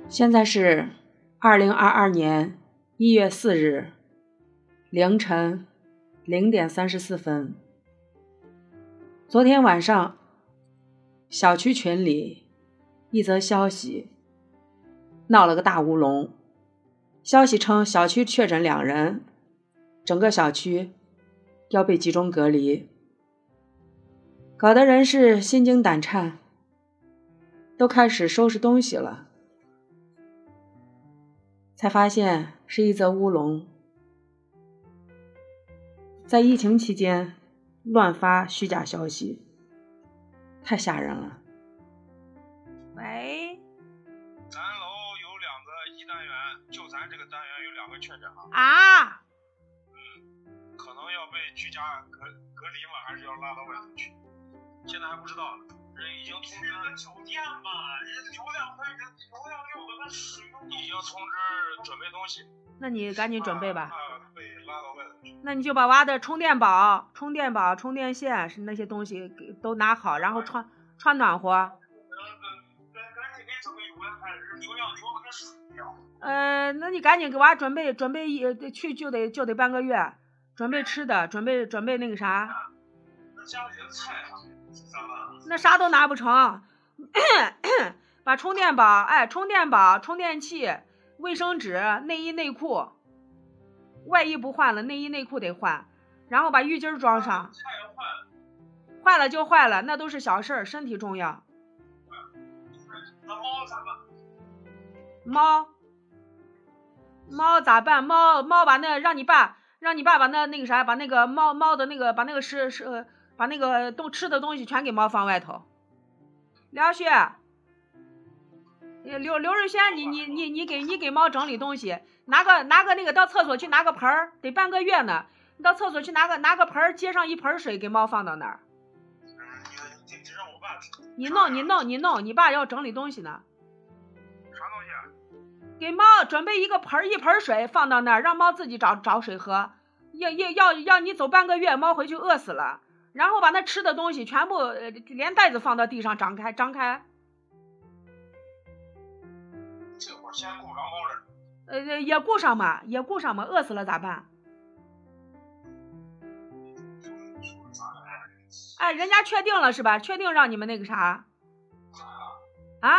现在是2022年1月4日凌晨0点34分。昨天晚上，小区群里一则消息闹了个大乌龙。消息称小区确诊2人，整个小区要被集中隔离，搞得人是心惊胆颤，都开始收拾东西了。才发现是一则乌龙。在疫情期间乱发虚假消息，太吓人了。 喂， 咱楼有2个1单元，就咱这个单元有2个确诊啊。 可能要被居家隔离吗？还是要拉到外头去？现在还不知道呢。人已经通知酒店嘛，人流量用的跟水已经通知准备东西。 那你赶紧准备吧。 被拉到外头去。 那你就把娃的充电宝、充电线是那些东西都拿好，然后穿暖和。 赶紧给整个油量开始，流量流的跟水一样。 那你赶紧给娃准备去就得半个月，准备吃的，准备那个啥。 那家里的菜啊，咋办？ 那啥都拿不成。把充电宝、充电器、卫生纸、内衣内裤，外衣不换了，内衣内裤得换，然后把浴巾装上。 菜坏了就坏了，那都是小事儿，身体重要。 那猫咋办？ 猫咋办？猫把那让你爸把那个啥，把那个猫的那个把那个把那个吃的东西全给猫放外头。梁旭，刘瑞轩，你给猫整理东西，拿个那个到厕所去拿个盆儿，得半个月呢。你到厕所去拿个盆儿，接上一盆水给猫放到那儿。 你让我爸你弄，你爸要整理东西呢。 啥东西啊？ 给猫准备一盆水放到那儿，让猫自己找水喝。要你走半个月，猫回去饿死了。然后把那吃的东西全部连袋子放到地上张开。 这会儿先顾上猫了。 也顾上嘛，饿死了咋办？哎，人家确定了是吧？确定让你们那个啥？啊？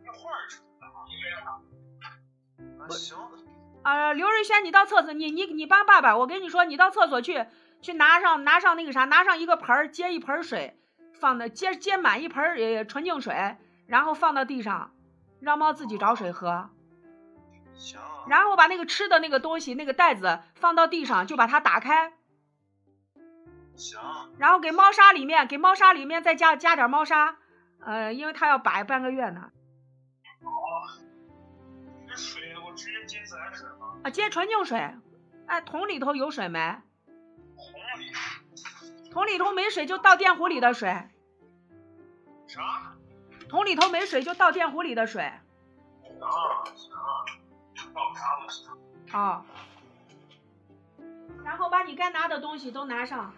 行。 刘瑞轩，你到厕所，你帮爸爸，我跟你说，你到厕所去拿上那个啥，拿上一个盆儿，接一盆水，放的接满一盆纯净水，然后放到地上，让猫自己找水喝。 行。 然后把那个吃的那个东西那个袋子放到地上，就把它打开。 行。 然后给猫砂里面再加点猫砂，因为它要摆半个月呢。 这水我直接接自来水吗？ 接纯净水。哎，桶里头有水没？桶里头没水就倒电壶里的水。 啥？ 桶里头没水就倒电壶里的水。 倒啥东西？ 然后把你该拿的东西都拿上。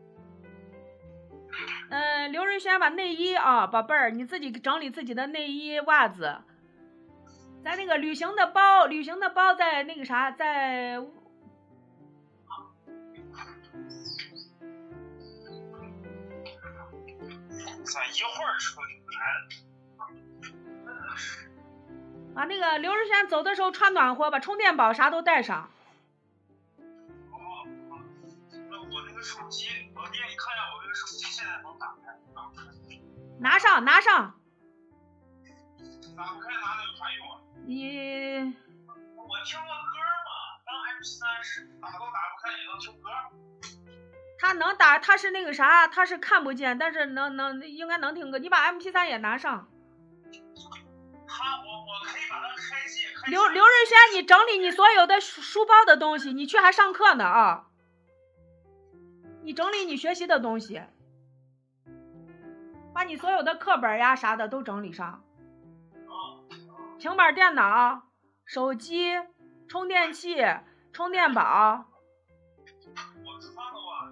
刘瑞轩把内衣啊，宝贝儿，你自己整理自己的内衣袜子。咱那个旅行的包在那个啥，在咱一会儿出去把那个刘瑞轩走的时候穿暖和，把充电宝啥都带上。 那我那个手机，老爹你看一下我这个手机现在能打开？ 拿上。 打不开拿的有啥用啊？我听个歌嘛，当 MP3打都打不开也能听歌。 他能打，他是那个啥，他是看不见，但是应该能听歌。你把 MP3 也拿上。 我可以把它开机。 刘瑞轩，你整理你所有的书包的东西，你去还上课呢啊！你整理你学习的东西，把你所有的课本呀啥的都整理上。平板电脑、手机、充电器、充电宝。 我穿了吧？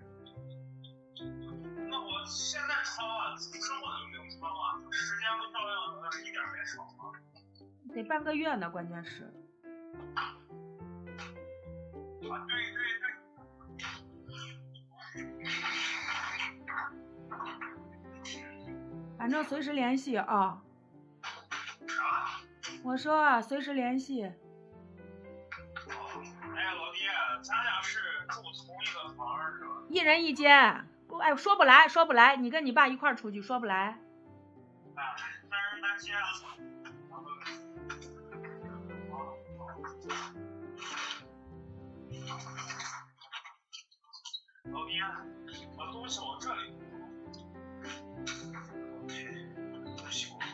那我现在穿了，生活都没有穿了，时间都照样一点没少吗？ 得半个月呢，关键是。 对， 反正随时联系啊。我说随时联系。 哎，老弟，咱俩是住同一个房是吧？ 一人一间。哎，说不来，你跟你爸一块出去说不来。 哎，单人单间。老弟，把东西往这里。东西往。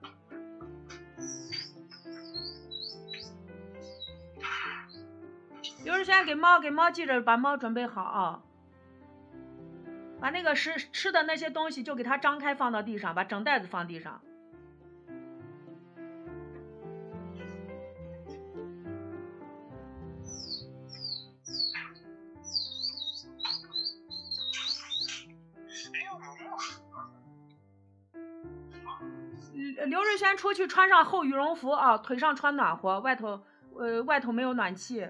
刘志轩给猫记着把猫准备好啊，把那个吃的那些东西就给它张开放到地上，把整袋子放地上。刘志轩出去穿上厚羽绒服啊，腿上穿暖和，外头没有暖气。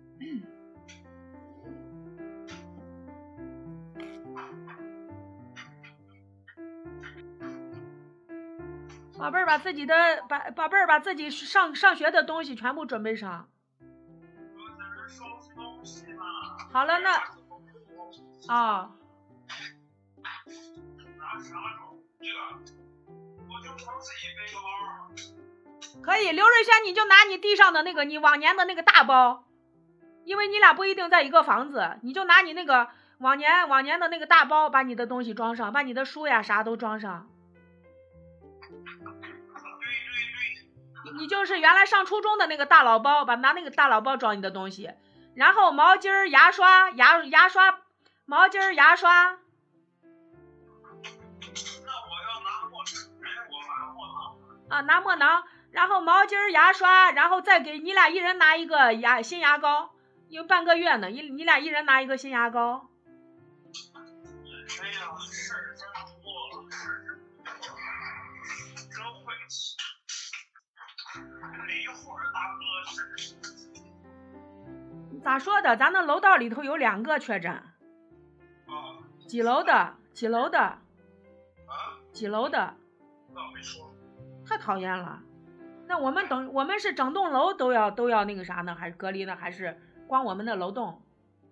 宝贝儿把自己的把自己上学的东西全部准备上。好了，那啊。可以，刘瑞轩，你就拿你地上的那个你往年的那个大包，因为你俩不一定在一个房子，你就拿你那个往年的那个大包，把你的东西装上，把你的书呀啥都装上。你就是原来上初中的那个大佬包，拿那个大佬包装你的东西，然后毛巾、牙刷、牙刷、毛巾、牙刷。 那我要拿墨囊。 啊，拿墨囊，然后毛巾、牙刷，然后再给你俩一人拿一个新牙膏，因为半个月呢，你俩一人拿一个新牙膏。 哎呀，事儿真多，真晦气。离婚大哥是。 咋说的？咱那楼道里头有2个确诊。几楼的？几楼的？几楼的？ 那我没说。 太讨厌了。那我们是整栋楼都要那个啥呢？还是隔离呢？还是光我们的楼栋？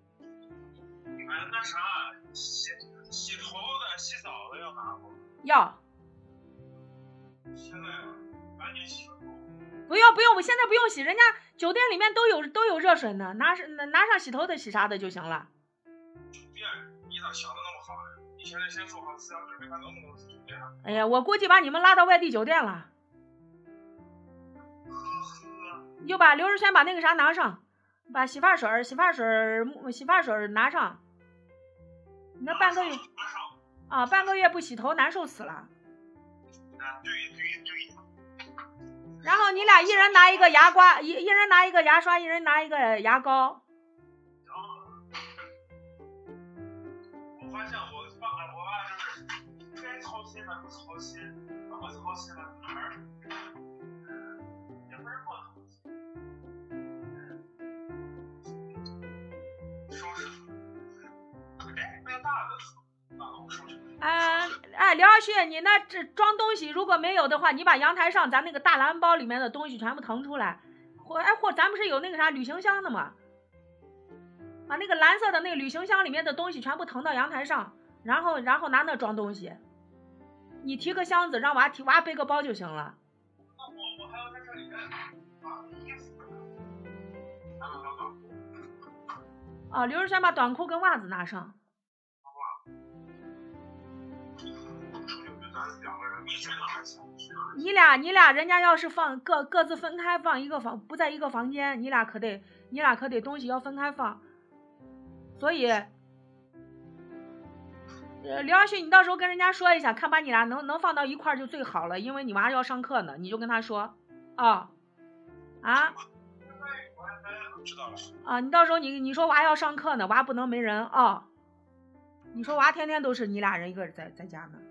那啥，洗头的、洗澡的要拿不？ 要。 现在赶紧洗头。 不用，我现在不用洗，人家酒店里面都有热水呢，拿上洗头的、洗啥的就行了。 酒店，你咋想的那么好呢？你现在先做好思想准备，看能不能去酒店。 哎呀，我估计把你们拉到外地酒店了。你就把刘志轩把那个啥拿上，把洗发水拿上。你那半个月啊，半个月不洗头难受死了。 对。 然后你俩一人拿一个牙刷，一人拿一个牙刷，一人拿一个牙膏。 我发现我爸就是该操心的不操心，我操心的哪儿也不是不操心。收拾。哎，那个大的我收拾。 刘耀旭，你那这装东西如果没有的话，你把阳台上咱那个大蓝包里面的东西全部腾出来，或咱不是有那个啥旅行箱的吗？把那个蓝色的那个旅行箱里面的东西全部腾到阳台上，然后拿那装东西。你提个箱子，让娃背个包就行了。 那我还要在这里面拿衣服。 哦，刘志轩把短裤跟袜子拿上。你俩人家要是放各自分开放一个房，不在一个房间，你俩可得东西要分开放。所以刘耀旭，你到时候跟人家说一下，看把你俩能放到一块就最好了，因为你娃要上课呢，你就跟他说啊。 知道了。 啊，你到时候你说娃要上课呢，娃不能没人啊。你说娃天天都是你俩人一个人在家呢。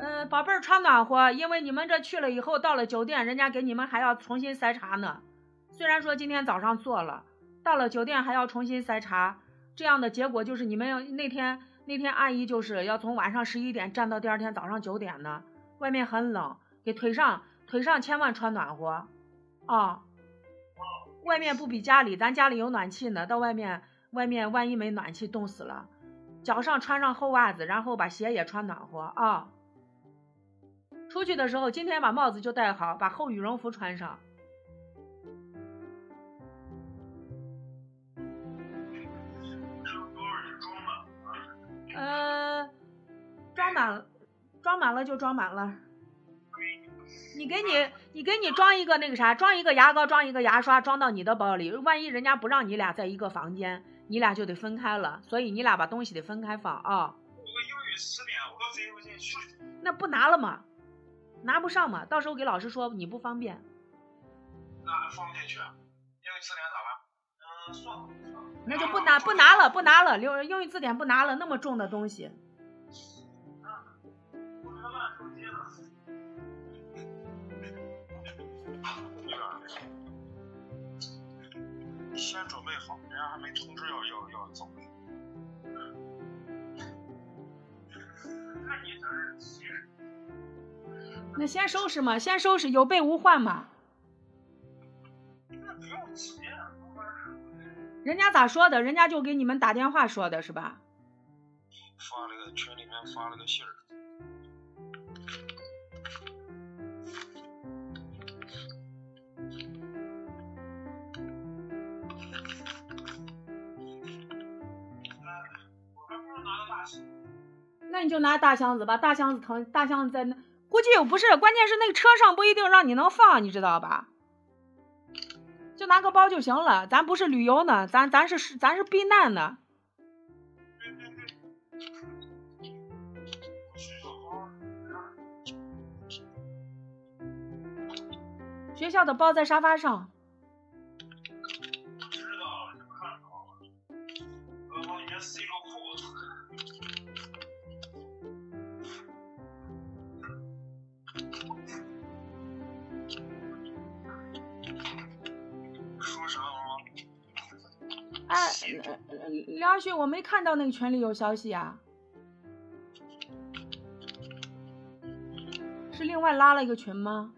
宝贝儿穿暖和，因为你们这去了以后，到了酒店，人家给你们还要重新筛查呢。虽然说今天早上做了，到了酒店还要重新筛查，这样的结果就是你们那天阿姨就是要从晚上11点站到第二天早上9点呢，外面很冷，给腿上千万穿暖和啊。外面不比家里，咱家里有暖气呢，到外面万一没暖气冻死了。脚上穿上厚袜子，然后把鞋也穿暖和啊。出去的时候，今天把帽子就戴好，把厚羽绒服穿上。装满了就装满了。你给你装一个那个啥，装一个牙膏，装一个牙刷，装到你的包里。万一人家不让你俩在一个房间，你俩就得分开了，所以你俩把东西得分开放啊。 我英语10点，我都塞不进去。 那不拿了吗？拿不上嘛，到时候给老师说你不方便。 那放不进去，英语词典咋办？算了。 那就不拿了，英语字典不拿了，那么重的东西。 先准备好，人家还没通知要走。那你在这急？ 那先收拾嘛，先收拾，有备无患嘛。 那不用急啊。 人家咋说的？人家就给你们打电话说的是吧？ 发了个群里面发了个信儿。 那你就拿大箱子吧，大箱子在那，估计不是，关键是那个车上不一定让你能放，你知道吧？就拿个包就行了，咱不是旅游呢，咱是避难呢。学校的包在沙发上。 我知道，就看到了。我往里面塞个裤子。说啥了吗？ 哎，梁旭，我没看到那个群里有消息啊。是另外拉了一个群吗？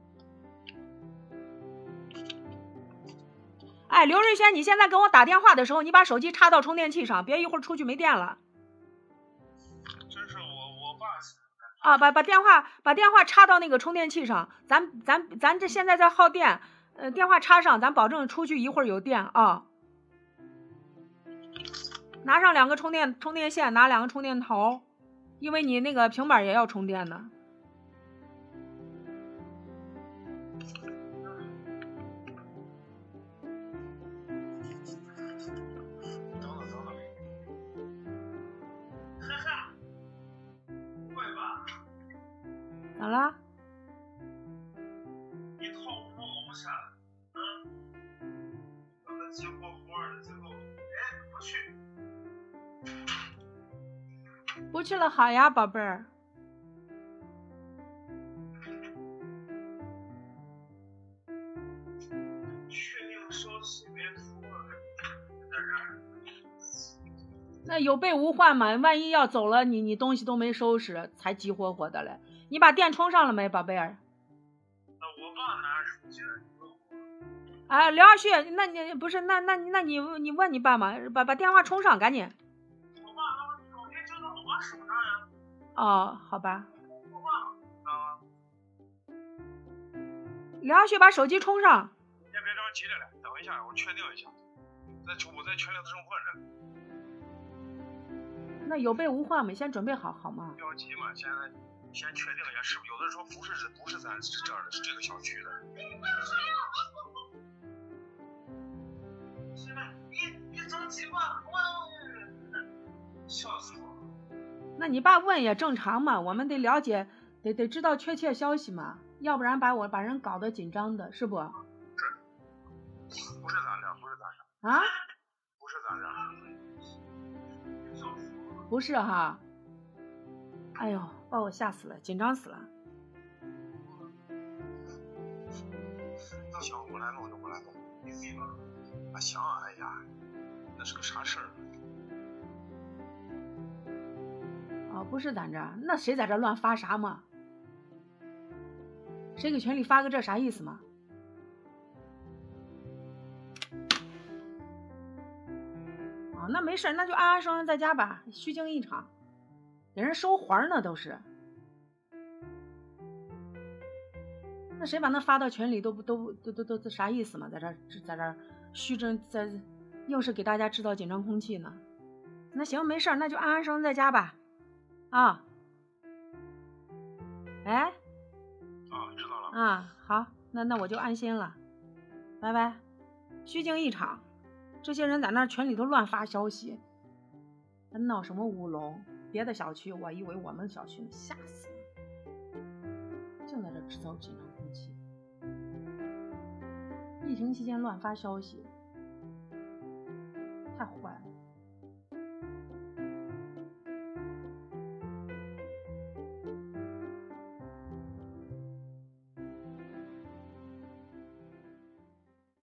哎，刘瑞轩，你现在给我打电话的时候，你把手机插到充电器上，别一会儿出去没电了。 这是我爸。 啊，把电话插到那个充电器上，咱这现在在耗电，电话插上，咱保证出去一会儿有电啊。拿上2个充电线，拿2个充电头，因为你那个平板也要充电的。咋了？ 你套路我下来，让他急火火的，最后不去。 不去了，好呀，宝贝儿。 确定消息没出来，在这儿。 那有备无患嘛，万一要走了，你东西都没收拾，才急火火的嘞。你把电充上了没，宝贝儿？ 那我爸拿手机了。 啊，刘耀旭，那你不是那你问你爸嘛，把电话充上，赶紧。 我爸拿手机就在我手上呀。 哦，好吧。 我爸刘耀旭，把手机充上。 先别着急了，等一下，我确定一下。我在群里正混着。 那有备无患嘛，先准备好吗？ 不要急嘛，先确定一下，是不是有的时候不是咱这儿的，是这个小区的。是吧？你着急吧，笑死我了。 那你爸问也正常嘛，我们得了解，得知道确切消息嘛，要不然把人搞得紧张的，是不？ 不是咱俩。 啊？ 不是咱俩。 不是哈。哎呦， 把我吓死了，紧张死了。 行，我来弄就我来弄。啊行啊，哎呀，那是个啥事儿？ 哦，不是咱这，那谁在这乱发啥嘛？谁给群里发个这啥意思嘛？哦，那没事，那就安安生生在家吧，虚惊一场，给人收环呢都是。那谁把那发到群里都啥意思嘛？在这虚真，硬是给大家制造紧张空气呢。那行，没事，那就安安生生在家吧。啊，哎， 啊，知道了。 啊，好，那我就安心了，拜拜。虚惊一场，这些人在那群里头乱发消息，还闹什么乌龙？别的小区我以为我们小区呢，吓死了，净在这制造紧张空气。疫情期间乱发消息，太坏了。